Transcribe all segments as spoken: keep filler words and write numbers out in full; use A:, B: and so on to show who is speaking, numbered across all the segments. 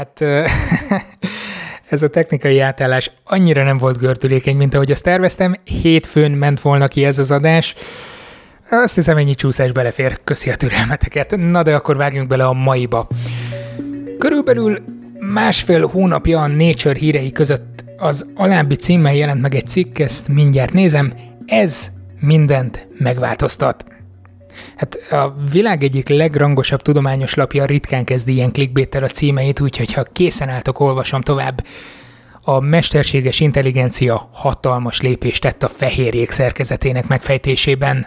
A: Hát ez a technikai átállás annyira nem volt gördülékeny, mint ahogy azt terveztem. Hétfőn ment volna ki ez az adás. Azt hiszem, ennyi csúszás belefér. Köszi a türelmeteket. Na de akkor vágjunk bele a maiba. Körülbelül másfél hónapja a Nature hírei között az alábbi címmel jelent meg egy cikk, ezt mindjárt nézem. Ez mindent megváltoztat. Hát a világ egyik legrangosabb tudományos lapja ritkán kezdi ilyen clickbaittel a címeit, úgyhogy ha készen álltok, olvasom tovább. A mesterséges intelligencia hatalmas lépést tett a fehérjék szerkezetének megfejtésében.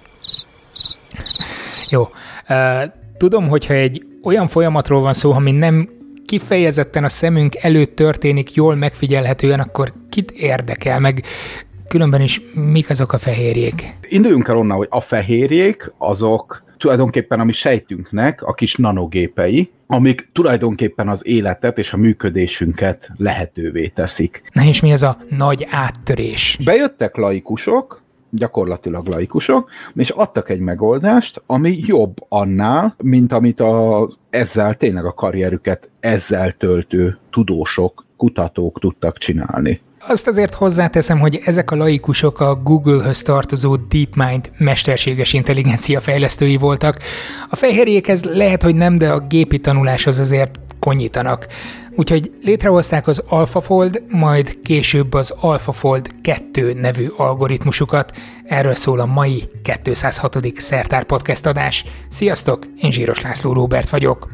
A: Jó, tudom, hogyha egy olyan folyamatról van szó, ami nem kifejezetten a szemünk előtt történik jól megfigyelhetően, akkor kit érdekel, meg különben is mik azok a fehérjék?
B: Induljunk el onnan, hogy a fehérjék azok tulajdonképpen a mi sejtünknek a kis nanogépei, amik tulajdonképpen az életet és a működésünket lehetővé teszik.
A: Na és mi ez a nagy áttörés?
B: Bejöttek laikusok, gyakorlatilag laikusok, és adtak egy megoldást, ami jobb annál, mint amit az ezzel tényleg a karrierüket ezzel töltő tudósok, kutatók tudtak csinálni.
A: Azt azért hozzáteszem, hogy ezek a laikusok a Google-höz tartozó DeepMind mesterséges intelligencia fejlesztői voltak. A fehérjékhez lehet, hogy nem, de a gépi tanuláshoz azért konyítanak. Úgyhogy létrehozták az AlphaFold, majd később az AlphaFold kettő nevű algoritmusukat. Erről szól a mai kétszázhatodik Szertár Podcast adás. Sziasztok, én Zsíros László Róbert vagyok.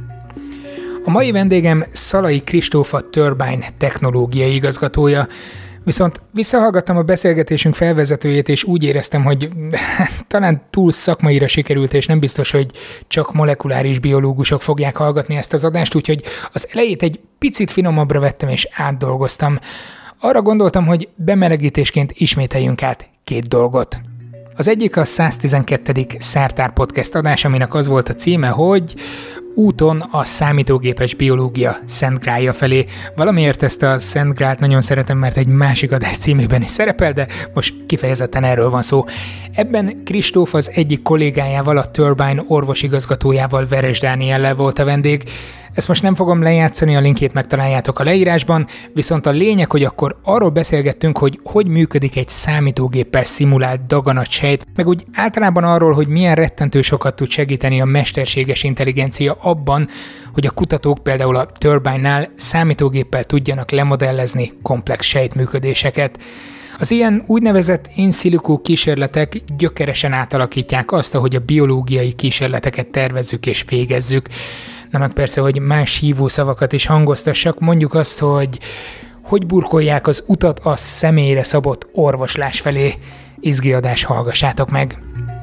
A: A mai vendégem Szalai Kristóf, a Turbine technológiai igazgatója, viszont visszahallgattam a beszélgetésünk felvezetőjét, és úgy éreztem, hogy talán túl szakmaira sikerült, és nem biztos, hogy csak molekuláris biológusok fogják hallgatni ezt az adást, úgyhogy az elejét egy picit finomabbra vettem és átdolgoztam. Arra gondoltam, hogy bemelegítésként ismételjünk át két dolgot. Az egyik a száztizenkettedik Szertár Podcast adás, aminek az volt a címe, hogy Úton a számítógépes biológia Szent Grálja felé. Valamiért ezt a Szent Grált nagyon szeretem, mert egy másik adás címében is szerepel, de most kifejezetten erről van szó. Ebben Kristóf az egyik kollégájával, a Turbine orvosigazgatójával, Veres Dániellel volt a vendég. Ezt most nem fogom lejátszani, a linkjét megtaláljátok a leírásban, viszont a lényeg, hogy akkor arról beszélgettünk, hogy hogy működik egy számítógéppel szimulált daganatsejt, meg úgy általában arról, hogy milyen rettentő sokat tud segíteni a mesterséges intelligencia abban, hogy a kutatók például a Turbine-nál számítógéppel tudjanak lemodellezni komplex sejtműködéseket. Az ilyen úgynevezett in silico kísérletek gyökeresen átalakítják azt, ahogy a biológiai kísérleteket tervezzük és végezzük. Na meg persze, hogy más hívó szavakat is hangoztassak, mondjuk azt, hogy hogy burkolják az utat a személyre szabott orvoslás felé. Izgi adás, hallgassátok meg!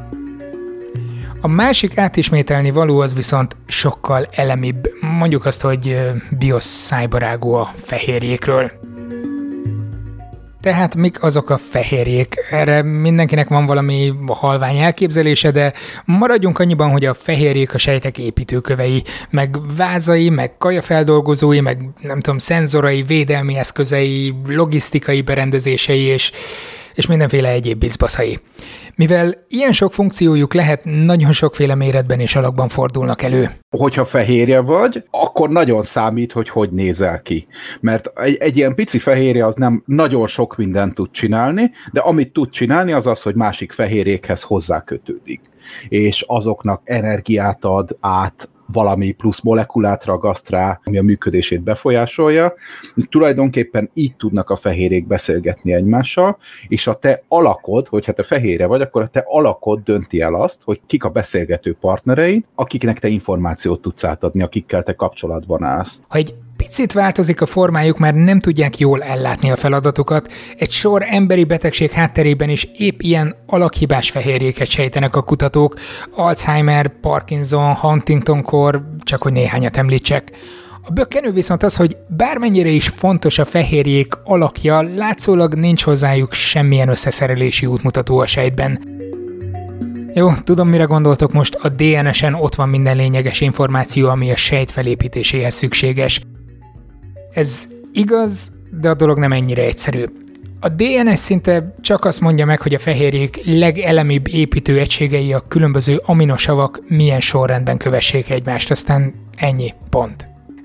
A: A másik átismételni való az viszont sokkal elemibb, mondjuk azt, hogy bioszájbarágú a fehérjékről. Tehát mik azok a fehérjék? Erre mindenkinek van valami halvány elképzelése, de maradjunk annyiban, hogy a fehérjék a sejtek építőkövei, meg vázai, meg kajafeldolgozói, meg nem tudom, szenzorai, védelmi eszközei, logisztikai berendezései és, és mindenféle egyéb bizbaszai. Mivel ilyen sok funkciójuk lehet, nagyon sokféle méretben és alakban fordulnak elő.
B: Hogyha fehérje vagy, akkor nagyon számít, hogy hogy nézel ki. Mert egy, egy ilyen pici fehérje az nem nagyon sok mindent tud csinálni, de amit tud csinálni az az, hogy másik fehérjékhez hozzákötődik. És azoknak energiát ad át, valami plusz molekulát ragaszt rá, ami a működését befolyásolja. Tulajdonképpen így tudnak a fehérjék beszélgetni egymással, és a te alakod, hogyha te fehérje vagy, akkor a te alakod dönti el azt, hogy kik a beszélgető partnereid, akiknek te információt tudsz átadni, akikkel te kapcsolatban állsz.
A: Ha egy picit változik a formájuk, már nem tudják jól ellátni a feladatukat. Egy sor emberi betegség hátterében is épp ilyen alakhibás fehérjéket sejtenek a kutatók. Alzheimer, Parkinson, Huntington-kór, csak hogy néhányat említsek. A bökkenő viszont az, hogy bármennyire is fontos a fehérjék alakja, látszólag nincs hozzájuk semmilyen összeszerelési útmutató a sejtben. Jó, tudom, mire gondoltok most, a dé en es-en ott van minden lényeges információ, ami a sejt felépítéséhez szükséges. Ez igaz, de a dolog nem ennyire egyszerű. A dé en es szinte csak azt mondja meg, hogy a fehérjék legelemibb építő egységei, a különböző aminosavak milyen sorrendben kövessék egymást, aztán ennyi, pont.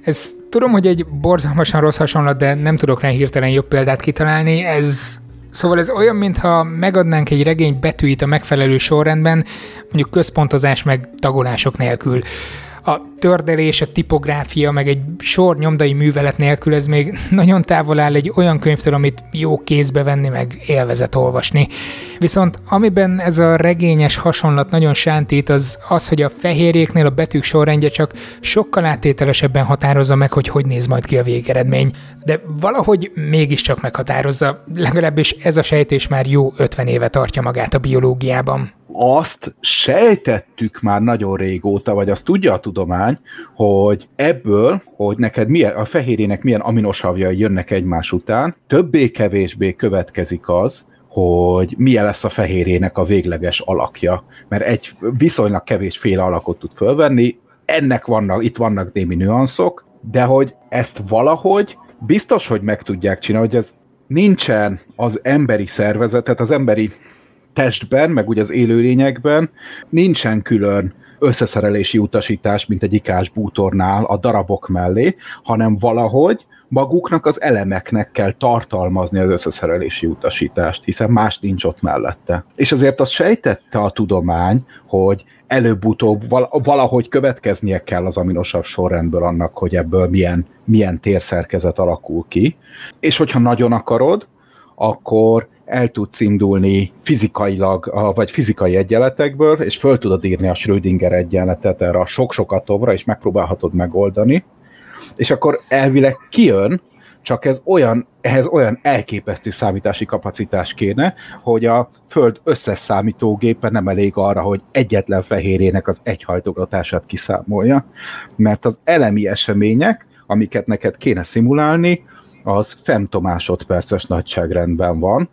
A: Ez tudom, hogy egy borzalmasan rossz hasonlat, de nem tudok rá hirtelen jobb példát kitalálni. Ez, szóval ez olyan, mintha megadnánk egy regény betűit a megfelelő sorrendben, mondjuk központozás meg tagolások nélkül. A tördelés, a tipográfia, meg egy sor nyomdai művelet nélkül ez még nagyon távol áll egy olyan könyvtől, amit jó kézbe venni, meg élvezet olvasni. Viszont amiben ez a regényes hasonlat nagyon sántít, az az, hogy a fehérjéknél a betűk sorrendje csak sokkal áttételesebben határozza meg, hogy hogy néz majd ki a végeredmény. De valahogy mégiscsak meghatározza, legalábbis ez a sejtés már jó ötven éve tartja magát a biológiában.
B: Azt sejtettük már nagyon régóta, vagy azt tudja a tudomány, hogy ebből, hogy neked milyen, a fehérjének milyen aminosavjai jönnek egymás után, többé-kevésbé következik az, hogy milyen lesz a fehérjének a végleges alakja. Mert egy viszonylag kevésféle alakot tud fölvenni, ennek vannak, itt vannak némi nüanszok, de hogy ezt valahogy biztos, hogy meg tudják csinálni, hogy ez nincsen az emberi szervezetet, az emberi testben, meg úgy az élőlényekben nincsen külön összeszerelési utasítás, mint egy ikás bútornál a darabok mellé, hanem valahogy maguknak az elemeknek kell tartalmazni az összeszerelési utasítást, hiszen más nincs ott mellette. És azért azt sejtette a tudomány, hogy előbb-utóbb valahogy következnie kell az aminosav sorrendből annak, hogy ebből milyen, milyen térszerkezet alakul ki. És hogyha nagyon akarod, akkor el tudsz indulni fizikailag, vagy fizikai egyenletekből, és föl tudod írni a Schrödinger egyenletet erre a sok-sok atomra, és megpróbálhatod megoldani, és akkor elvileg kijön, csak ez olyan, ehhez olyan elképesztő számítási kapacitás kéne, hogy a Föld összes számítógépe nem elég arra, hogy egyetlen fehérjének az egyhajtogatását kiszámolja, mert az elemi események, amiket neked kéne szimulálni, az femtomásodperces nagyságrendben van,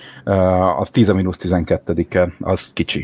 B: az tíz a mínusz tizenkettedike, az kicsi.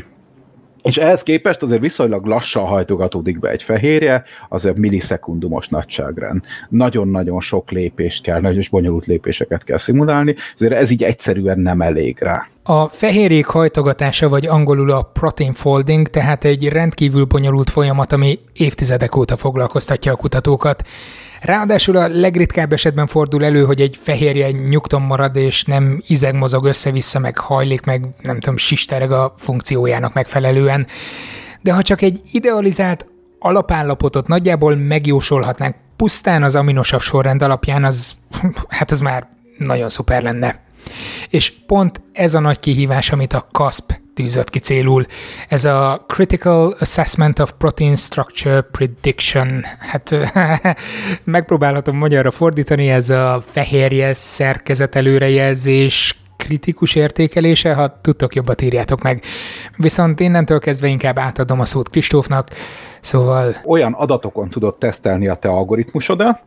B: És ehhez képest azért viszonylag lassan hajtogatódik be egy fehérje, azért millisekundumos nagyságrend. Nagyon-nagyon sok lépést kell, nagyon bonyolult lépéseket kell szimulálni, ezért ez így egyszerűen nem elég rá.
A: A fehérjék hajtogatása, vagy angolul a protein folding, tehát egy rendkívül bonyolult folyamat, ami évtizedek óta foglalkoztatja a kutatókat. Ráadásul a legritkább esetben fordul elő, hogy egy fehérje nyugton marad, és nem izegmozog össze-vissza, meg hajlik, meg nem tudom, sistereg a funkciójának megfelelően. De ha csak egy idealizált alapállapotot nagyjából megjósolhatnánk pusztán az aminosav sorrend alapján, az, hát az már nagyon szuper lenne. És pont ez a nagy kihívás, amit a CASP tűzött ki célul. Ez a Critical Assessment of Protein Structure Prediction. Hát megpróbálhatom magyarra fordítani, ez a fehérje szerkezet előrejelzés kritikus értékelése, ha tudtok, jobbat írjátok meg. Viszont innentől kezdve inkább átadom a szót Kristófnak, szóval...
B: Olyan adatokon tudod tesztelni a te algoritmusodat,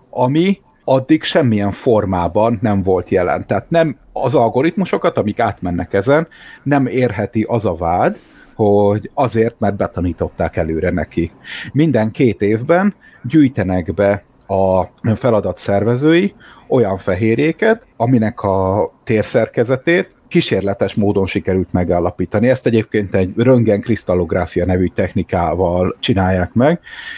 B: ami addig semmilyen formában nem volt jelen. Tehát nem az algoritmusokat, amik átmennek ezen, nem érheti az a vád, hogy azért, mert betanították előre neki. Minden két évben gyűjtenek be a feladat szervezői olyan fehérjéket, aminek a térszerkezetét kísérletes módon sikerült megállapítani. Ezt egyébként egy röntgenkrisztallográfia nevű technikával csinálják meg,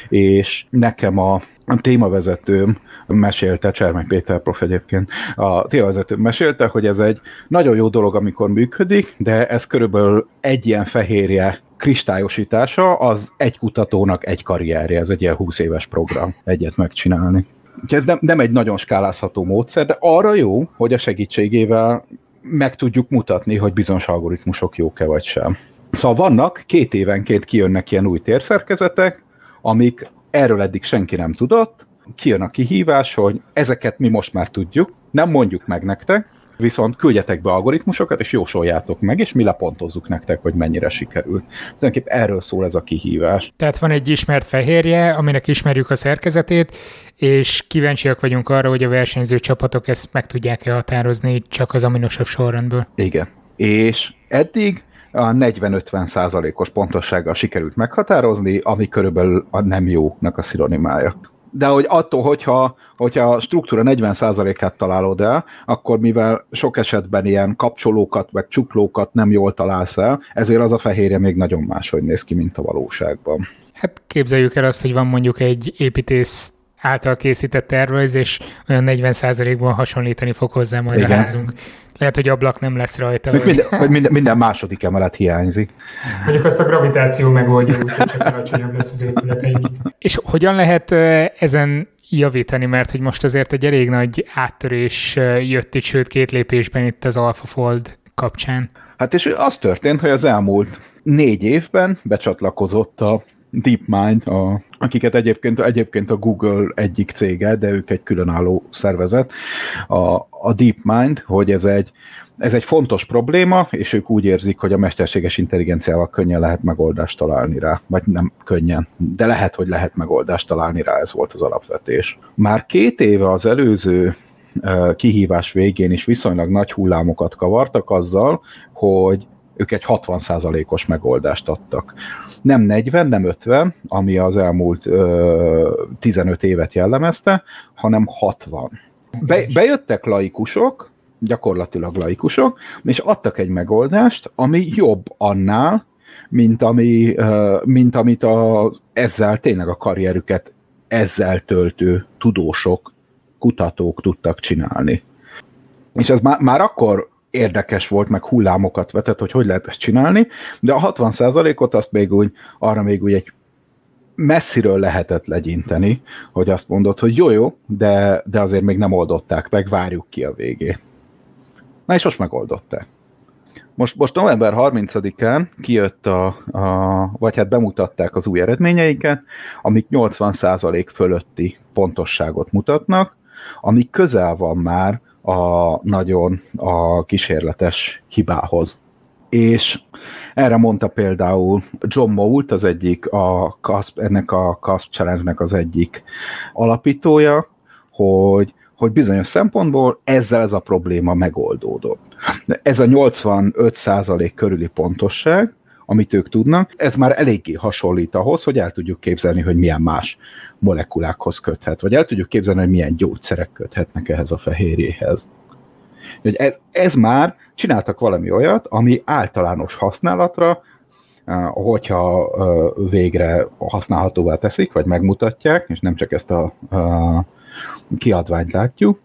B: és nekem a témavezetőm mesélte, Csermely Péter prof egyébként, a témavezetőm mesélte, hogy ez egy nagyon jó dolog, amikor működik, de ez körülbelül egy ilyen fehérje kristályosítása, az egy kutatónak egy karrierje, ez egy ilyen húsz éves program egyet megcsinálni. Úgyhogy ez nem, nem egy nagyon skálázható módszer, de arra jó, hogy a segítségével meg tudjuk mutatni, hogy bizonyos algoritmusok jók-e vagy sem. Szóval vannak, két évenként kijönnek ilyen új térszerkezetek, amik erről eddig senki nem tudott, kijön a kihívás, hogy ezeket mi most már tudjuk, nem mondjuk meg nektek, viszont küldjetek be algoritmusokat, és jósoljátok meg, és mi lepontozzuk nektek, hogy mennyire sikerült. Tulajdonképpen erről szól ez a kihívás.
A: Tehát van egy ismert fehérje, aminek ismerjük a szerkezetét, és kíváncsiak vagyunk arra, hogy a versenyző csapatok ezt meg tudják-e határozni csak az aminosav sorrendből.
B: Igen. És eddig a negyven-ötven százalékos pontossággal sikerült meghatározni, ami körülbelül a nem jónak a szinonimája. De hogy attól, hogyha, hogyha a struktúra negyven százalékát találod el, akkor mivel sok esetben ilyen kapcsolókat, meg csuklókat nem jól találsz el, ezért az a fehérje még nagyon máshogy néz ki, mint a valóságban.
A: Hát képzeljük el azt, hogy van mondjuk egy építész által készített tervrajz, és olyan negyven százalékban hasonlítani fog hozzá majd igen. a házunk. Lehet, hogy ablak nem lesz rajta.
B: Vagy minden, vagy minden, minden második emelet hiányzik.
C: Mondjuk azt a gravitáció megoldja, úgyhogy csak alacsonyabb lesz az épület ennyi.
A: És hogyan lehet ezen javítani, mert hogy most azért egy elég nagy áttörés jött itt, sőt két lépésben itt az AlphaFold kapcsán.
B: Hát és az történt, hogy az elmúlt négy évben becsatlakozott a DeepMind, a, akiket egyébként, egyébként a Google egyik cége, de ők egy különálló szervezet, a, a DeepMind, hogy ez egy, ez egy fontos probléma, és ők úgy érzik, hogy a mesterséges intelligenciával könnyen lehet megoldást találni rá. Vagy nem könnyen, de lehet, hogy lehet megoldást találni rá, ez volt az alapvetés. Már két éve az előző uh, kihívás végén is viszonylag nagy hullámokat kavartak azzal, hogy ők egy hatvan százalékos megoldást adtak. Nem negyven, nem ötven, ami az elmúlt ö, tizenöt évet jellemezte, hanem hatvan. Be, bejöttek laikusok, gyakorlatilag laikusok, és adtak egy megoldást, ami jobb annál, mint, ami, ö, mint amit az, ezzel tényleg a karrierüket ezzel töltő tudósok, kutatók tudtak csinálni. És ez már, már akkor érdekes volt, meg hullámokat vetett, hogy hogy lehet ezt csinálni, de a hatvan százalékot azt még úgy, arra még úgy egy messziről lehetett legyinteni, hogy azt mondod, hogy jó, jó, de, de azért még nem oldották meg, várjuk ki a végét. Na és most megoldották. Most, most november harmincadikán kijött a, a, vagy hát bemutatták az új eredményeiket, amik nyolcvan százalék fölötti pontosságot mutatnak, ami közel van már a nagyon a kísérletes hibához. És erre mondta például John Moult, az egyik, a CASP, ennek a CASP Challenge-nek az egyik alapítója, hogy, hogy bizonyos szempontból ezzel ez a probléma megoldódott. Ez a nyolcvanöt százalék körüli pontosság, amit ők tudnak, ez már eléggé hasonlít ahhoz, hogy el tudjuk képzelni, hogy milyen más molekulákhoz köthet, vagy el tudjuk képzelni, hogy milyen gyógyszerek köthetnek ehhez a fehérjéhez. Ez, ez már csináltak valami olyat, ami általános használatra, hogyha végre használhatóvá teszik, vagy megmutatják, és nem csak ezt a, a kiadványt látjuk,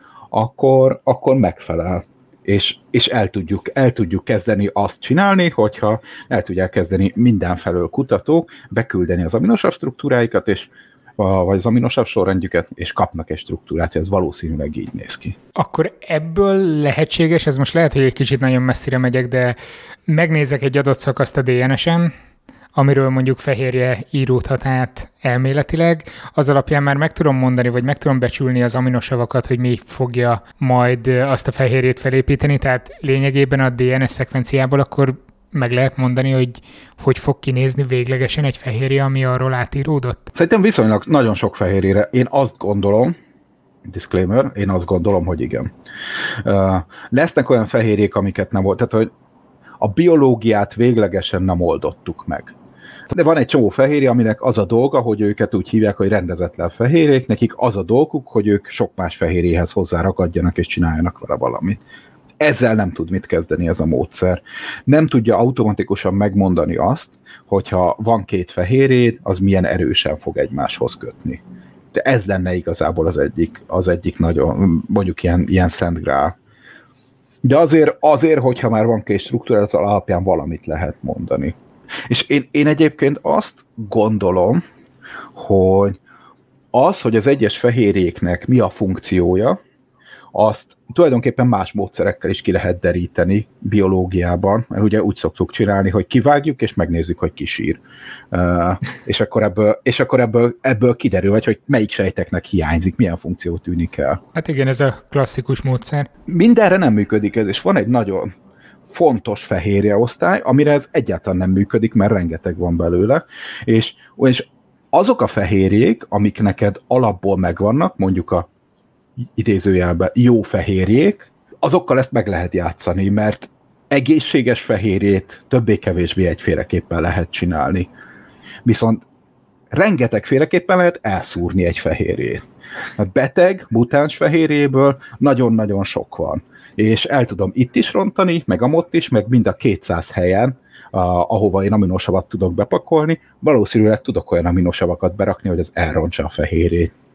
B: akkor, akkor megfelel. És, és el, tudjuk, el tudjuk kezdeni azt csinálni, hogyha el tudják kezdeni mindenfelől kutatók beküldeni az aminosav struktúráikat, és, vagy az aminosav sorrendjüket, és kapnak egy struktúrát, hogy ez valószínűleg így néz ki.
A: Akkor ebből lehetséges, ez most lehet, hogy egy kicsit nagyon messzire megyek, de megnézek egy adott szakaszt a dé en es-en, amiről mondjuk fehérje íródhat át elméletileg, az alapján már meg tudom mondani, vagy meg tudom becsülni az aminosavakat, hogy mi fogja majd azt a fehérjét felépíteni, tehát lényegében a dé en es szekvenciából akkor meg lehet mondani, hogy hogy fog kinézni véglegesen egy fehérje, ami arról átíródott?
B: Szerintem viszonylag nagyon sok fehérjére. Én azt gondolom, disclaimer, én azt gondolom, hogy igen. Uh, lesznek olyan fehérjék, amiket nem volt, tehát hogy a biológiát véglegesen nem oldottuk meg. De van egy csomó fehérje, aminek az a dolga, hogy őket úgy hívják, hogy rendezetlen fehérjék, nekik az a dolguk, hogy ők sok más fehérjéhez hozzárakadjanak és csináljanak vele valamit. Ezzel nem tud mit kezdeni ez a módszer. Nem tudja automatikusan megmondani azt, hogyha van két fehérjét, az milyen erősen fog egymáshoz kötni. De ez lenne igazából az egyik, az egyik nagyon, mondjuk ilyen, ilyen szent grál. De azért, azért, hogyha már van két struktúra, az alapján valamit lehet mondani. És én, én egyébként azt gondolom, hogy az, hogy az egyes fehérjéknek mi a funkciója, azt tulajdonképpen más módszerekkel is ki lehet deríteni biológiában, mert ugye úgy szoktuk csinálni, hogy kivágjuk, és megnézzük, hogy ki sír. Uh, és akkor, ebből, és akkor ebből, ebből kiderül, hogy, hogy melyik sejteknek hiányzik, milyen funkció tűnik el.
A: Hát igen, ez a klasszikus módszer.
B: Mindenre nem működik ez, és van egy nagyon fontos fehérjeosztály, amire ez egyáltalán nem működik, mert rengeteg van belőle, és, és azok a fehérjék, amik neked alapból megvannak, mondjuk a idézőjelben jó fehérjék, azokkal ezt meg lehet játszani, mert egészséges fehérjét többé-kevésbé egyféleképpen lehet csinálni. Viszont rengetegféleképpen lehet elszúrni egy fehérjét. A beteg, mutáns fehérjéből nagyon-nagyon sok van. És el tudom itt is rontani, meg amott is, meg mind a kétszáz helyen, ahova én aminosavat tudok bepakolni, valószínűleg tudok olyan aminosavakat berakni, hogy az elrontsa a fehérjét.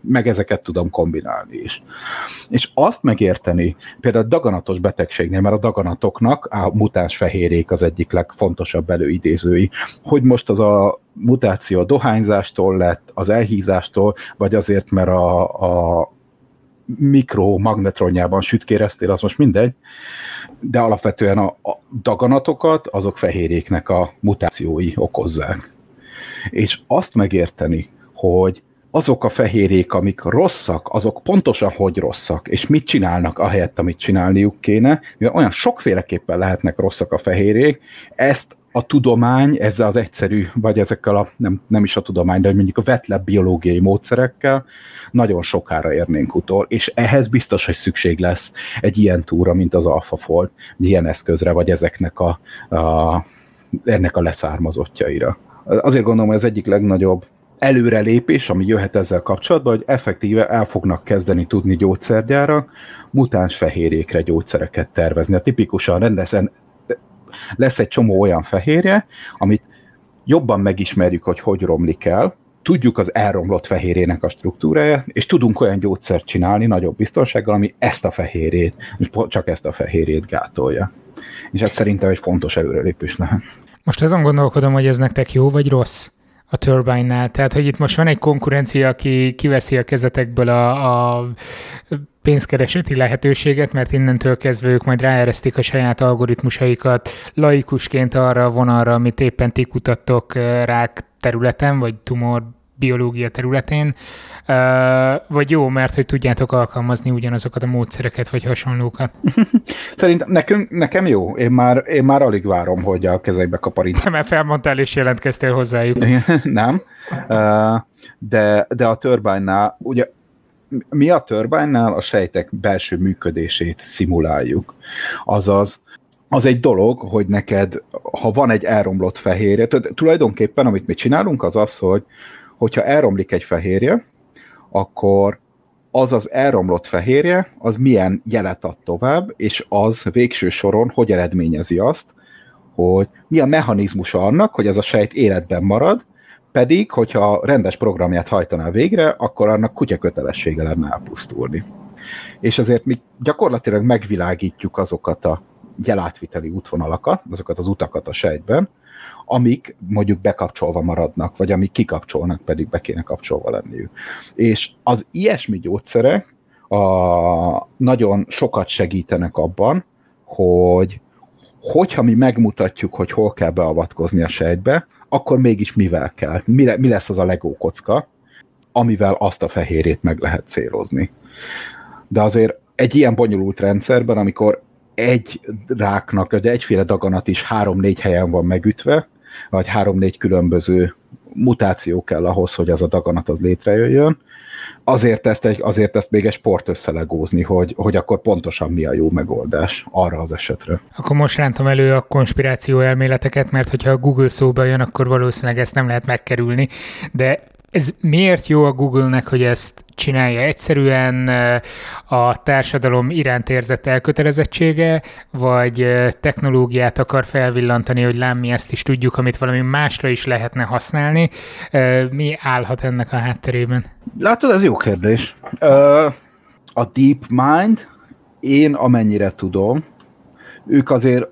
B: meg ezeket tudom kombinálni is. És azt megérteni, például a daganatos betegségnél, mert a daganatoknak a mutáns fehérjék az egyik legfontosabb előidézői, hogy most az a mutáció a dohányzástól lett, az elhízástól, vagy azért, mert a, a mikromagnetronjában sütkéreztél, az most mindegy, de alapvetően a, a daganatokat azok fehérjéknek a mutációi okozzák. És azt megérteni, hogy azok a fehérjék, amik rosszak, azok pontosan hogy rosszak, és mit csinálnak ahelyett, amit csinálniuk kéne, mivel olyan sokféleképpen lehetnek rosszak a fehérjék, ezt a tudomány ezzel az egyszerű, vagy ezekkel a, nem, nem is a tudomány, de mondjuk a wet biológiai módszerekkel nagyon sokára érnénk utol, és ehhez biztos, hogy szükség lesz egy ilyen túra, mint az AlphaFold, egy ilyen eszközre, vagy ezeknek a, a, ennek a leszármazottjaira. Azért gondolom, hogy ez egyik legnagyobb előrelépés, ami jöhet ezzel kapcsolatban, hogy effektíve el fognak kezdeni tudni gyógyszergyárak mutáns fehérjékre gyógyszereket tervezni. A tipikusan rendesen lesz egy csomó olyan fehérje, amit jobban megismerjük, hogy hogy romlik el, tudjuk az elromlott fehérjének a struktúráját, és tudunk olyan gyógyszert csinálni nagyobb biztonsággal, ami ezt a fehérjét, és csak ezt a fehérjét gátolja. És ez szerintem egy fontos előrelépés lehet.
A: Most azon gondolkodom, hogy ez nektek jó vagy rossz a Turbine-nál. Tehát, hogy itt most van egy konkurencia, aki kiveszi a kezetekből a, a pénzkereseti lehetőséget, mert innentől kezdve ők majd ráeresztik a saját algoritmusaikat laikusként arra a vonalra, amit éppen ti kutattok rák területen, vagy tumor biológia területén, vagy jó, mert hogy tudjátok alkalmazni ugyanazokat a módszereket, vagy hasonlókat?
B: Szerintem nekünk, nekem jó. Én már, én már alig várom, hogy a kezekbe kaparítsam.
A: Mert felmondtál és jelentkeztél hozzájuk.
B: Nem, de, de a Turbine-nál, ugye mi a Turbine-nál a sejtek belső működését szimuláljuk. Azaz, az egy dolog, hogy neked, ha van egy elromlott fehérje, tulajdonképpen amit mi csinálunk, az az, hogy hogyha elromlik egy fehérje, akkor az az elromlott fehérje, az milyen jelet ad tovább, és az végső soron hogy eredményezi azt, hogy mi a mechanizmusa annak, hogy ez a sejt életben marad, pedig, hogyha rendes programját hajtaná végre, akkor annak kutya kötelessége lenne elpusztulni. És ezért mi gyakorlatilag megvilágítjuk azokat a jelátviteli útvonalakat, azokat az utakat a sejtben, amik mondjuk bekapcsolva maradnak, vagy amik kikapcsolnak, pedig be kéne kapcsolva lenniük. És az ilyesmi gyógyszerek a, nagyon sokat segítenek abban, hogy hogyha mi megmutatjuk, hogy hol kell beavatkozni a sejtbe, akkor mégis mivel kell? Mi, le, mi lesz az a Lego kocka, amivel azt a fehérjét meg lehet célozni. De azért egy ilyen bonyolult rendszerben, amikor egy ráknak, de egyféle daganat is három-négy helyen van megütve, vagy három-négy különböző mutáció kell ahhoz, hogy az a daganat az létrejöjjön, azért ezt, egy, azért ezt még egy sport összelegózni, hogy, hogy akkor pontosan mi a jó megoldás arra az esetre.
A: Akkor most rántom elő a konspiráció elméleteket, mert hogyha a Google szóba jön, akkor valószínűleg ezt nem lehet megkerülni, de ez miért jó a Google-nek, hogy ezt csinálja? Egyszerűen a társadalom iránt érzett elkötelezettsége, vagy technológiát akar felvillantani, hogy lám, mi ezt is tudjuk, amit valami másra is lehetne használni. Mi állhat ennek a hátterében?
B: Látod, ez jó kérdés. A DeepMind, én amennyire tudom, ők azért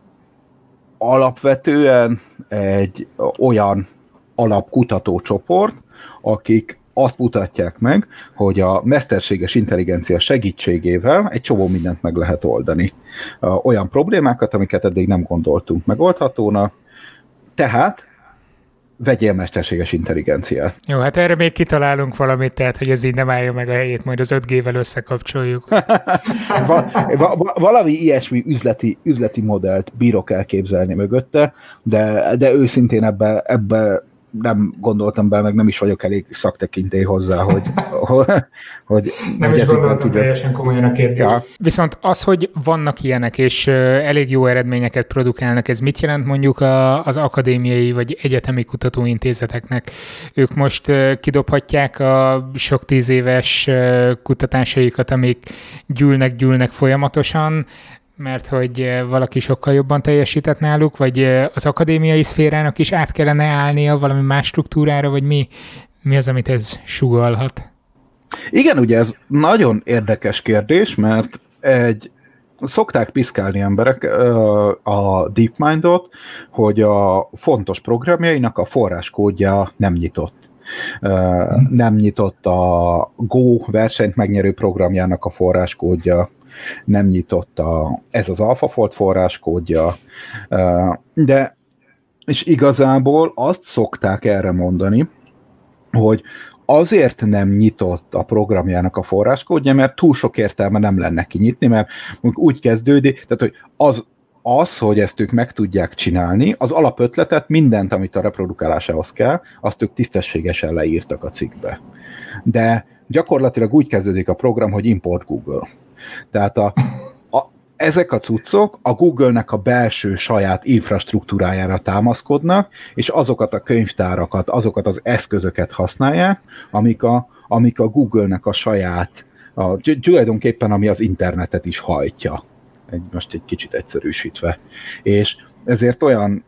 B: alapvetően egy olyan alapkutatócsoport, akik azt mutatják meg, hogy a mesterséges intelligencia segítségével egy csomó mindent meg lehet oldani. Olyan problémákat, amiket eddig nem gondoltunk megoldhatónak, tehát vegyél mesterséges intelligenciát.
A: Jó, hát erre még kitalálunk valamit, tehát, hogy ez így nem állja meg a helyét, majd az öt G-vel összekapcsoljuk.
B: va- va- valami ilyesmi üzleti, üzleti modellt bírok elképzelni mögötte, de, de őszintén ebbe, ebbe nem gondoltam be, meg nem is vagyok elég szaktekintély hozzá, hogy, hogy
C: nem
B: hogy
C: is gondoltam
B: tudja.
C: teljesen komolyan a kérdés. Ja.
A: Viszont az, hogy vannak ilyenek, és elég jó eredményeket produkálnak, ez mit jelent mondjuk a, az akadémiai vagy egyetemi kutatóintézeteknek? Ők most kidobhatják a sok tíz éves kutatásaikat, amik gyűlnek-gyűlnek folyamatosan, mert hogy valaki sokkal jobban teljesített náluk, vagy az akadémiai szférának is át kellene állnia valami más struktúrára, vagy mi, mi az, amit ez sugallhat?
B: Igen, ugye ez nagyon érdekes kérdés, mert egy szokták piszkálni emberek a DeepMind-ot, hogy a fontos programjainak a forráskódja nem nyitott. Nem nyitott a Go versenyt megnyerő programjának a forráskódja, nem nyitott a, ez az AlphaFold forráskódja, de és igazából azt szokták erre mondani, hogy azért nem nyitott a programjának a forráskódja, mert túl sok értelme nem lenne kinyitni, mert úgy kezdődik, tehát hogy az, az, hogy ezt ők meg tudják csinálni, az alapötletet, mindent, amit a reprodukálásához kell, azt ők tisztességesen leírtak a cikkbe. De gyakorlatilag úgy kezdődik a program, hogy import Google. Tehát a, a, ezek a cuccok a Google-nek a belső saját infrastruktúrájára támaszkodnak, és azokat a könyvtárakat, azokat az eszközöket használják, amik a, amik a Google-nek a saját, a, tulajdonképpen ami az internetet is hajtja. Egy, most egy kicsit egyszerűsítve. És ezért olyan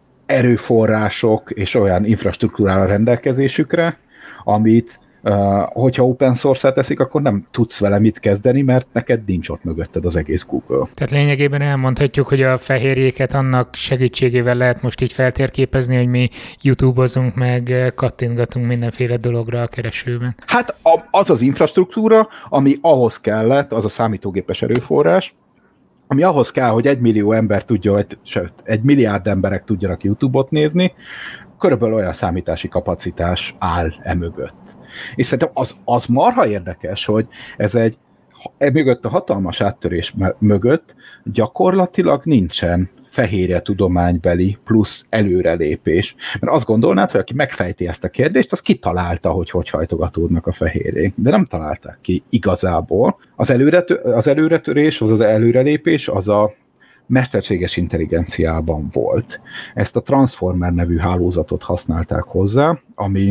B: erőforrások és olyan infrastruktúra a rendelkezésükre, amit Uh, hogyha open source-át teszik, akkor nem tudsz vele mit kezdeni, mert neked nincs ott mögötted az egész Google.
A: Tehát lényegében elmondhatjuk, hogy a fehérjéket annak segítségével lehet most így feltérképezni, hogy mi YouTube-ozunk, meg kattintgatunk mindenféle dologra a keresőben.
B: Hát az az infrastruktúra, ami ahhoz kellett, az a számítógépes erőforrás, ami ahhoz kell, hogy egy millió ember tudja, sőt, egy milliárd emberek tudjanak YouTube-ot nézni, körülbelül olyan számítási kapacitás áll e mögött. És szerintem az, az marha érdekes, hogy ez egy, e mögött a hatalmas áttörés mögött gyakorlatilag nincsen fehérje tudománybeli plusz előrelépés. Mert azt gondolnád, hogy aki megfejti ezt a kérdést, az kitalálta, hogy hogy hajtogatódnak a fehérjék. De nem találták ki igazából. Az, előretö, az előretörés, az az előrelépés, az a mesterséges intelligenciában volt. Ezt a Transformer nevű hálózatot használták hozzá, ami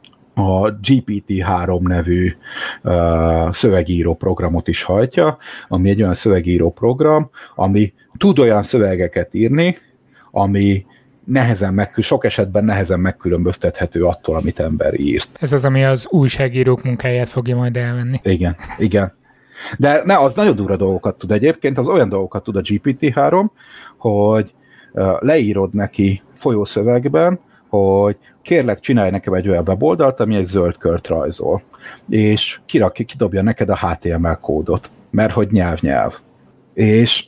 B: a gé pé té három nevű uh, szövegíró programot is hajtja, ami egy olyan szövegíró program, ami tud olyan szövegeket írni, ami nehezen meg, sok esetben nehezen megkülönböztethető attól, amit ember írt.
A: Ez az, ami az újságírók munkáját fogja majd elvenni.
B: Igen, igen. De ne, az nagyon durva dolgokat tud egyébként, az olyan dolgokat tud a gé pé té három, hogy uh, leírod neki folyószövegben, hogy kérlek, csinálj nekem egy olyan weboldalt, ami egy zöld kört rajzol, és kirakja, kidobja neked a há té em el kódot, mert hogy nyelv-nyelv. És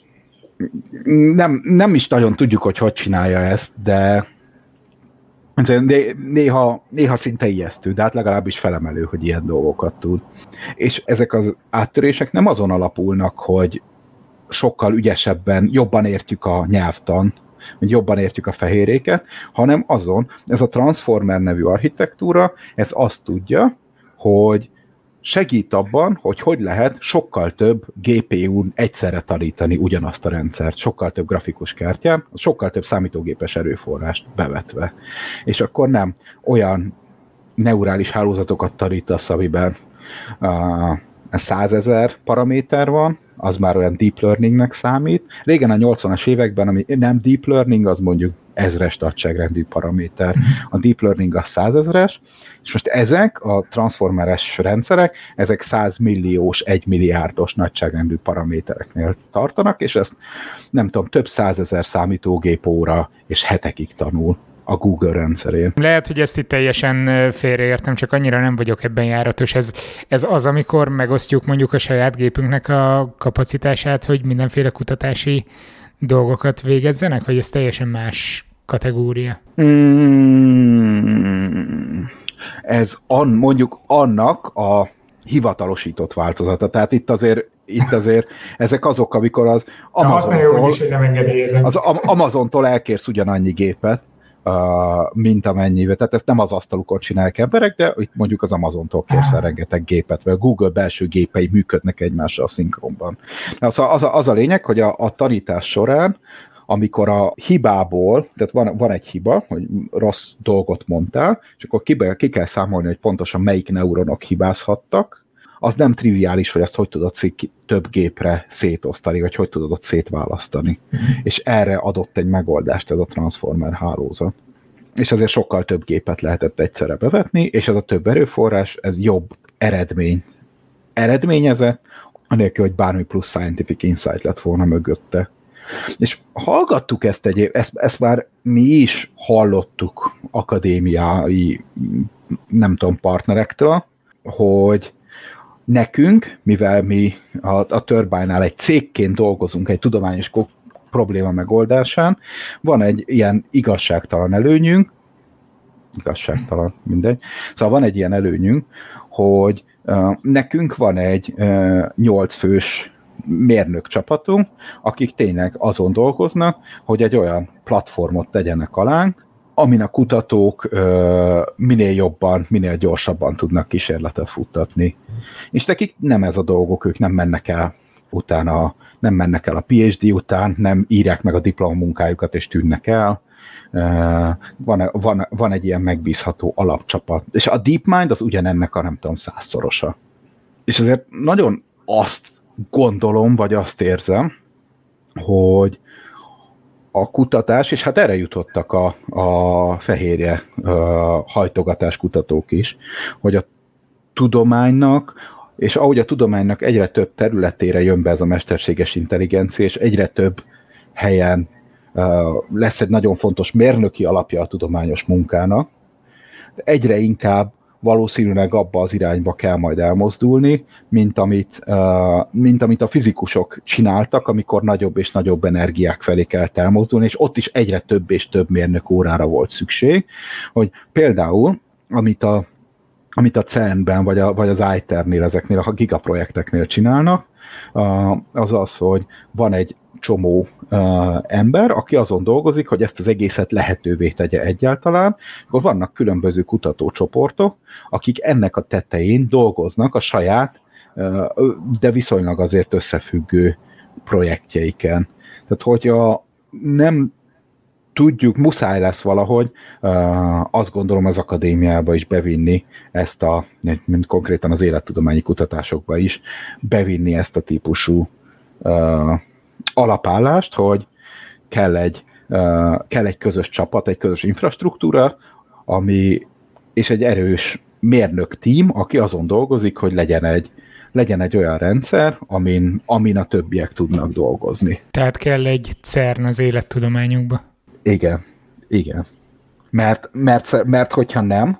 B: nem, nem is nagyon tudjuk, hogy hogy csinálja ezt, de néha, néha szinte ijesztő, de hát legalábbis felemelő, hogy ilyen dolgokat tud. És ezek az áttörések nem azon alapulnak, hogy sokkal ügyesebben, jobban értjük a nyelvtan, hogy jobban értjük a fehérjéket, hanem azon, ez a Transformer nevű architektúra, ez azt tudja, hogy segít abban, hogy hogy lehet sokkal több gé pé ún egyszerre tanítani ugyanazt a rendszert, sokkal több grafikus kártyán, sokkal több számítógépes erőforrást bevetve. És akkor nem olyan neurális hálózatokat tanítasz, amiben uh, százezer paraméter van, az már olyan deep learningnek számít. Régen a nyolcvanas években, ami nem deep learning, az mondjuk ezres nagyságrendű paraméter. A deep learning az százezres, és most ezek a transformeres rendszerek, ezek százmilliós, egymilliárdos nagyságrendű paramétereknél tartanak, és ezt nem tudom, több százezer számítógép óra és hetekig tanul a Google rendszerén.
A: Lehet, hogy ezt itt teljesen félreértem, csak annyira nem vagyok ebben járatos. Ez, ez az, amikor megosztjuk mondjuk a saját gépünknek a kapacitását, hogy mindenféle kutatási dolgokat végezzenek, vagy ez teljesen más kategória?
B: Mm, ez an, mondjuk annak a hivatalosított változata. Tehát itt azért, itt azért ezek azok, amikor az Amazontól,
C: is, hogy nem engedélyezem.
B: az Amazontól elkérsz ugyanannyi gépet, Uh, mint amennyivel. Tehát ezt nem az asztalukon csinálják emberek, de itt mondjuk az Amazontól kérsz el rengeteg gépet, vagy a Google belső gépei működnek egymással szinkronban. Az a, az a, az a lényeg, hogy a, a tanítás során, amikor a hibából, tehát van, van egy hiba, hogy rossz dolgot mondtál, és akkor ki, ki kell számolni, hogy pontosan melyik neuronok hibázhattak, az nem triviális, hogy ezt hogy tudod több gépre szétosztani, vagy hogy tudod ott szétválasztani. Mm-hmm. És erre adott egy megoldást ez a Transformer hálózat. És azért sokkal több gépet lehetett egyszerre bevetni, és ez a több erőforrás, ez jobb eredményt eredményezett, anélkül, hogy bármi plusz scientific insight lett volna mögötte. És hallgattuk ezt egy, ezt, ezt már mi is hallottuk akadémiai, nem tudom, partnerektől, hogy nekünk, mivel mi a, a Turbine-nál egy cégként dolgozunk egy tudományos probléma megoldásán, van egy ilyen igazságtalan előnyünk, igazságtalan, mindegy, szóval van egy ilyen előnyünk, hogy uh, nekünk van egy uh, nyolc fős mérnök csapatunk, akik tényleg azon dolgoznak, hogy egy olyan platformot tegyenek alánk, amin a kutatók ö, minél jobban, minél gyorsabban tudnak kísérletet futtatni. És nekik nem ez a dolgok, ők nem mennek el utána, nem mennek el a PhD után, nem írják meg a diplomamunkájukat és tűnnek el. Uh, van, van, van egy ilyen megbízható alapcsapat. És a DeepMind az ugyanennek a nem tudom százszorosa. És azért nagyon azt gondolom, vagy azt érzem, hogy a kutatás, és hát erre jutottak a, a fehérje a hajtogatás kutatók is, hogy a tudománynak, és ahogy a tudománynak egyre több területére jön be ez a mesterséges intelligencia, és egyre több helyen uh, lesz egy nagyon fontos mérnöki alapja a tudományos munkának, egyre inkább valószínűleg abba az irányba kell majd elmozdulni, mint amit, uh, mint amit a fizikusok csináltak, amikor nagyobb és nagyobb energiák felé kellett elmozdulni, és ott is egyre több és több mérnök órára volt szükség, hogy például, amit a, amit a cernben, vagy, a, vagy az I T E R-nél, ezeknél a gigaprojekteknél csinálnak, uh, az az, hogy van egy csomó uh, ember, aki azon dolgozik, hogy ezt az egészet lehetővé tegye egyáltalán, akkor vannak különböző kutatócsoportok, akik ennek a tetején dolgoznak a saját, uh, de viszonylag azért összefüggő projektjeiken. Tehát, hogyha nem tudjuk, muszáj lesz valahogy, uh, azt gondolom az akadémiába is bevinni ezt a, mint konkrétan az élettudományi kutatásokba is, bevinni ezt a típusú uh, alapállást, hogy kell egy, uh, kell egy közös csapat, egy közös infrastruktúra, ami, és egy erős mérnök tím, aki azon dolgozik, hogy legyen egy, legyen egy olyan rendszer, amin, amin a többiek tudnak dolgozni.
A: Tehát kell egy cern az élettudományokba.
B: Igen, igen. Mert, mert, mert hogyha nem,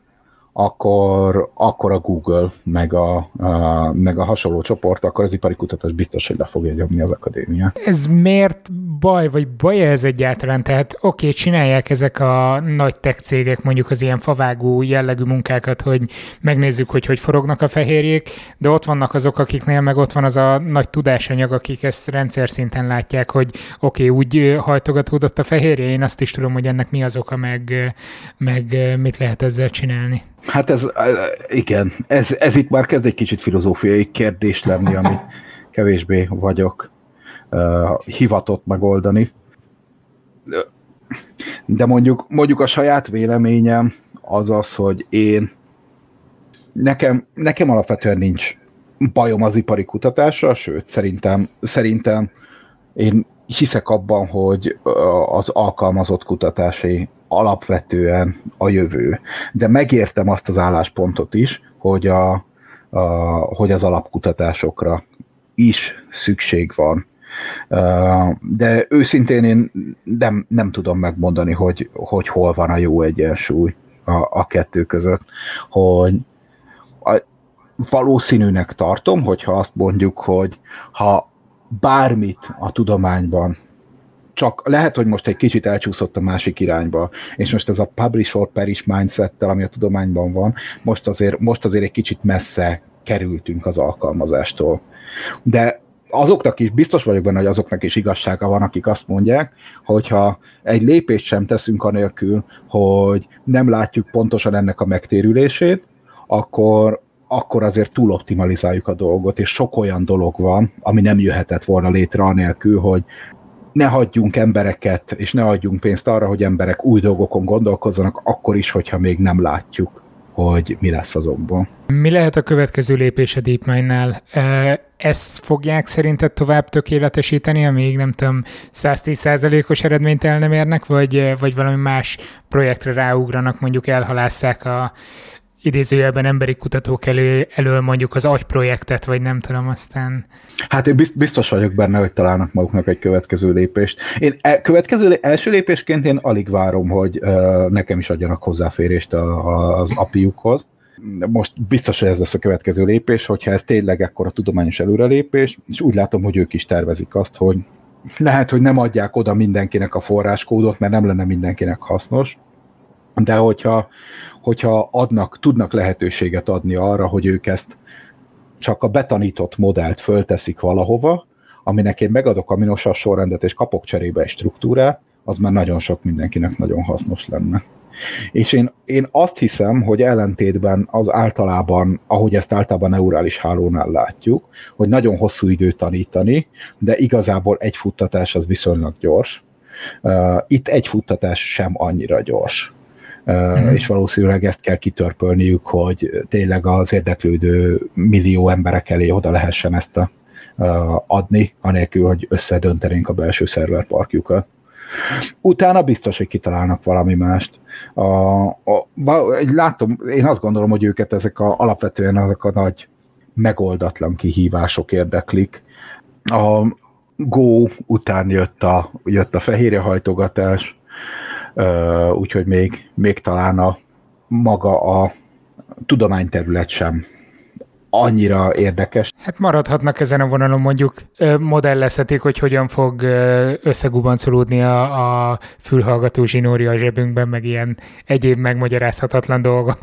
B: akkor, akkor a Google, meg a, a, meg a hasonló csoport, akkor az ipari kutatás biztos, hogy le fogja nyomni az akadémiát.
A: Ez miért baj, vagy baj ez egyáltalán? Tehát oké, okay, csinálják ezek a nagy tech cégek mondjuk az ilyen favágó jellegű munkákat, hogy megnézzük, hogy hogy forognak a fehérjék, de ott vannak azok, akiknél meg ott van az a nagy tudásanyag, akik ezt rendszer szinten látják, hogy oké, okay, úgy hajtogatódott a fehérje, én azt is tudom, hogy ennek mi az oka, meg, meg mit lehet ezzel csinálni.
B: Hát ez, igen, ez, ez itt már kezd egy kicsit filozófiai kérdés lenni, amit kevésbé vagyok uh, hivatott megoldani. De mondjuk, mondjuk a saját véleményem az az, hogy én nekem, nekem alapvetően nincs bajom az ipari kutatásra, sőt, szerintem, szerintem én hiszek abban, hogy az alkalmazott kutatási alapvetően a jövő. De megértem azt az álláspontot is, hogy, a, a, hogy az alapkutatásokra is szükség van. De őszintén én nem, nem tudom megmondani, hogy, hogy hol van a jó egyensúly a, a kettő között. Hogy a, valószínűnek tartom, hogyha azt mondjuk, hogy ha bármit a tudományban csak lehet, hogy most egy kicsit elcsúszott a másik irányba, és most ez a publish or perish mindsettel, ami a tudományban van, most azért, most azért egy kicsit messze kerültünk az alkalmazástól. De azoknak is, biztos vagyok benne, hogy azoknak is igazsága van, akik azt mondják, hogyha egy lépést sem teszünk anélkül, hogy nem látjuk pontosan ennek a megtérülését, akkor, akkor azért túloptimalizáljuk a dolgot, és sok olyan dolog van, ami nem jöhetett volna létre anélkül, hogy ne hagyjunk embereket, és ne adjunk pénzt arra, hogy emberek új dolgokon gondolkozzanak, akkor is, hogyha még nem látjuk, hogy mi lesz azonban.
A: Mi lehet a következő lépés a DeepMind-nál? Ezt fogják szerinted tovább tökéletesíteni, amíg nem tudom, száztíz százalékos eredményt el nem érnek, vagy, vagy valami más projektre ráugranak, mondjuk elhalásszák a idézőjelben emberi kutatók elő, elől mondjuk az agyprojektet, vagy nem tudom, aztán...
B: Hát én biztos vagyok benne, hogy találnak maguknak egy következő lépést. Én e, következő első lépésként én alig várom, hogy uh, nekem is adjanak hozzáférést a, a, az á pé i-ukhoz. Most biztos, hogy ez lesz a következő lépés, hogyha ez tényleg ekkor a tudományos előrelépés, és úgy látom, hogy ők is tervezik azt, hogy lehet, hogy nem adják oda mindenkinek a forráskódot, mert nem lenne mindenkinek hasznos, de hogyha, hogyha adnak, tudnak lehetőséget adni arra, hogy ők ezt csak a betanított modellt fölteszik valahova, aminek én megadok a aminosav sorrendet és kapok cserébe egy struktúrát, az már nagyon sok mindenkinek nagyon hasznos lenne. És én, én azt hiszem, hogy ellentétben az általában, ahogy ezt általában neurális hálónál látjuk, hogy nagyon hosszú idő tanítani, de igazából egy futtatás az viszonylag gyors. Uh, itt egy futtatás sem annyira gyors. Uh, mm. És valószínűleg ezt kell kitörpölniük, hogy tényleg az érdeklődő millió emberek elé oda lehessen ezt a, uh, adni, anélkül, hogy összedöntenénk a belső szerverparkjukat. Utána biztos, hogy kitalálnak valami mást. A, a, látom, én azt gondolom, hogy őket ezek a, alapvetően ezek a nagy megoldatlan kihívások érdeklik. A Go után jött a, jött a fehérjehajtogatás, úgyhogy még, még talán a maga a tudományterület sem annyira érdekes.
A: Hát maradhatnak ezen a vonalon, mondjuk modellezhetik, hogy hogyan fog összegubancolódni a, a fülhallgató zsinória a zsebünkben, meg ilyen egyéb megmagyarázhatatlan dolgok.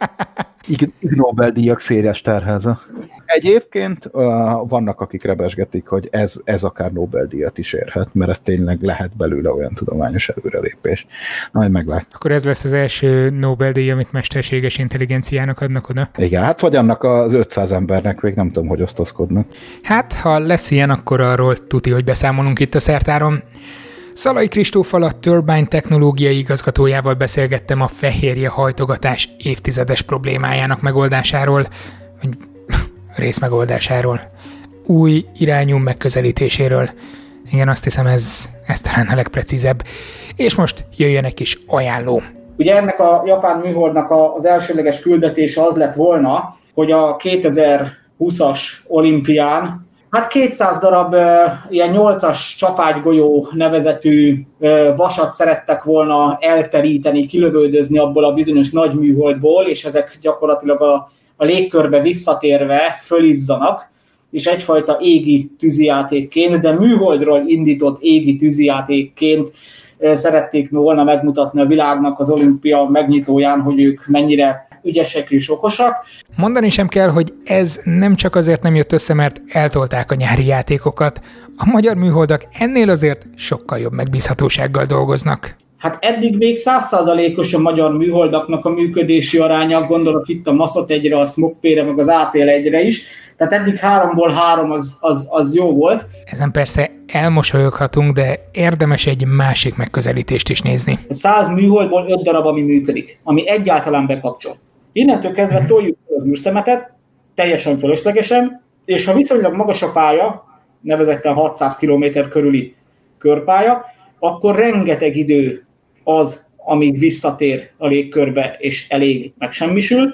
B: Ig Nobel-díjak széles terháza. Egyébként uh, vannak, akik rebesgetik, hogy ez, ez akár Nobel-díjat is érhet, mert ez tényleg lehet belőle olyan tudományos előrelépés. Na, majd meglátjuk.
A: Akkor ez lesz az első Nobel-díj, amit mesterséges intelligenciának adnak oda?
B: Igen, hát vagy annak az ötszáz embernek, még nem tudom, hogy osztozkodnak.
A: Hát, ha lesz ilyen, akkor arról tuti, hogy beszámolunk itt a szertáron. Szalai Kristóffal, a Turbine technológiai igazgatójával beszélgettem a fehérjehajtogatás évtizedes problémájának megoldásáról, vagy részmegoldásáról, új irányú megközelítéséről. Igen, azt hiszem, ez, ez talán a legprecízebb. És most jöjjön egy kis ajánló.
D: Ugye ennek a japán műholdnak az elsőleges küldetése az lett volna, hogy a kétezer-húszas olimpián hát kétszáz darab uh, ilyen nyolcas csapágygolyó nevezetű uh, vasat szerettek volna elteríteni, kilövöldözni abból a bizonyos nagy műholdból, és ezek gyakorlatilag a, a légkörbe visszatérve fölizzanak, és egyfajta égi tűzijátékként, de műholdról indított égi tűzijátékként uh, szerették volna megmutatni a világnak az olimpia megnyitóján, hogy ők mennyire ügyesek és okosak.
A: Mondani sem kell, hogy ez nem csak azért nem jött össze, mert eltolták a nyári játékokat. A magyar műholdak ennél azért sokkal jobb megbízhatósággal dolgoznak.
D: Hát eddig még száz százalékos a magyar műholdaknak a működési aránya, gondolok itt a Maszat egyre, a Smokpére, meg az á té el egyre is. Tehát eddig háromból három az, az, az jó volt.
A: Ezen persze elmosolyoghatunk, de érdemes egy másik megközelítést is nézni.
D: száz műholdból öt darab, ami működik, ami egyáltalán bekapcsol. Innentől kezdve toljuk az űrszemetet, teljesen fölöslegesen, és ha viszonylag magas a pálya, nevezetten hatszáz kilométer körüli körpálya, akkor rengeteg idő az, amíg visszatér a légkörbe, és elég megsemmisül,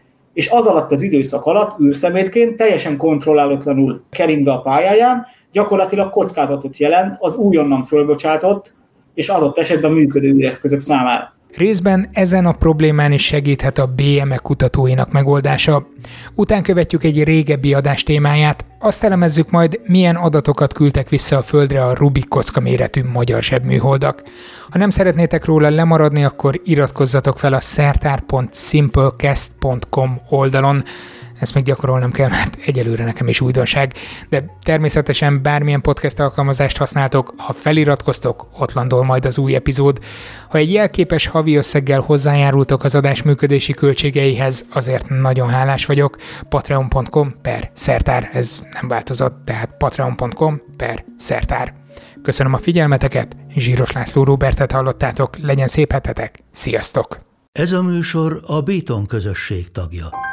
D: és az alatt az időszak alatt űrszemétként teljesen kontrollálatlanul keringve a pályáján, gyakorlatilag kockázatot jelent az újonnan fölbocsátott és adott esetben működő űreszközök számára.
A: Részben ezen a problémán is segíthet a bé em e kutatóinak megoldása. Után követjük egy régebbi adás témáját, azt elemezzük majd, milyen adatokat küldtek vissza a Földre a Rubik kocka méretű magyar zsebműholdak. Ha nem szeretnétek róla lemaradni, akkor iratkozzatok fel a szertár pont simplecast pont com oldalon. Ezt még gyakorolnom kell, mert egyelőre nekem is újdonság, de természetesen bármilyen podcast alkalmazást használtok, ha feliratkoztok, ott landol majd az új epizód. Ha egy jelképes havi összeggel hozzájárultok az adás működési költségeihez, azért nagyon hálás vagyok. patreon pont com per szertár, ez nem változott, tehát patreon pont com per szertár. Köszönöm a figyelmeteket, Zsíros László Róbertet hallottátok, legyen szép hetetek, sziasztok!
E: Ez a műsor a Béton közösség tagja.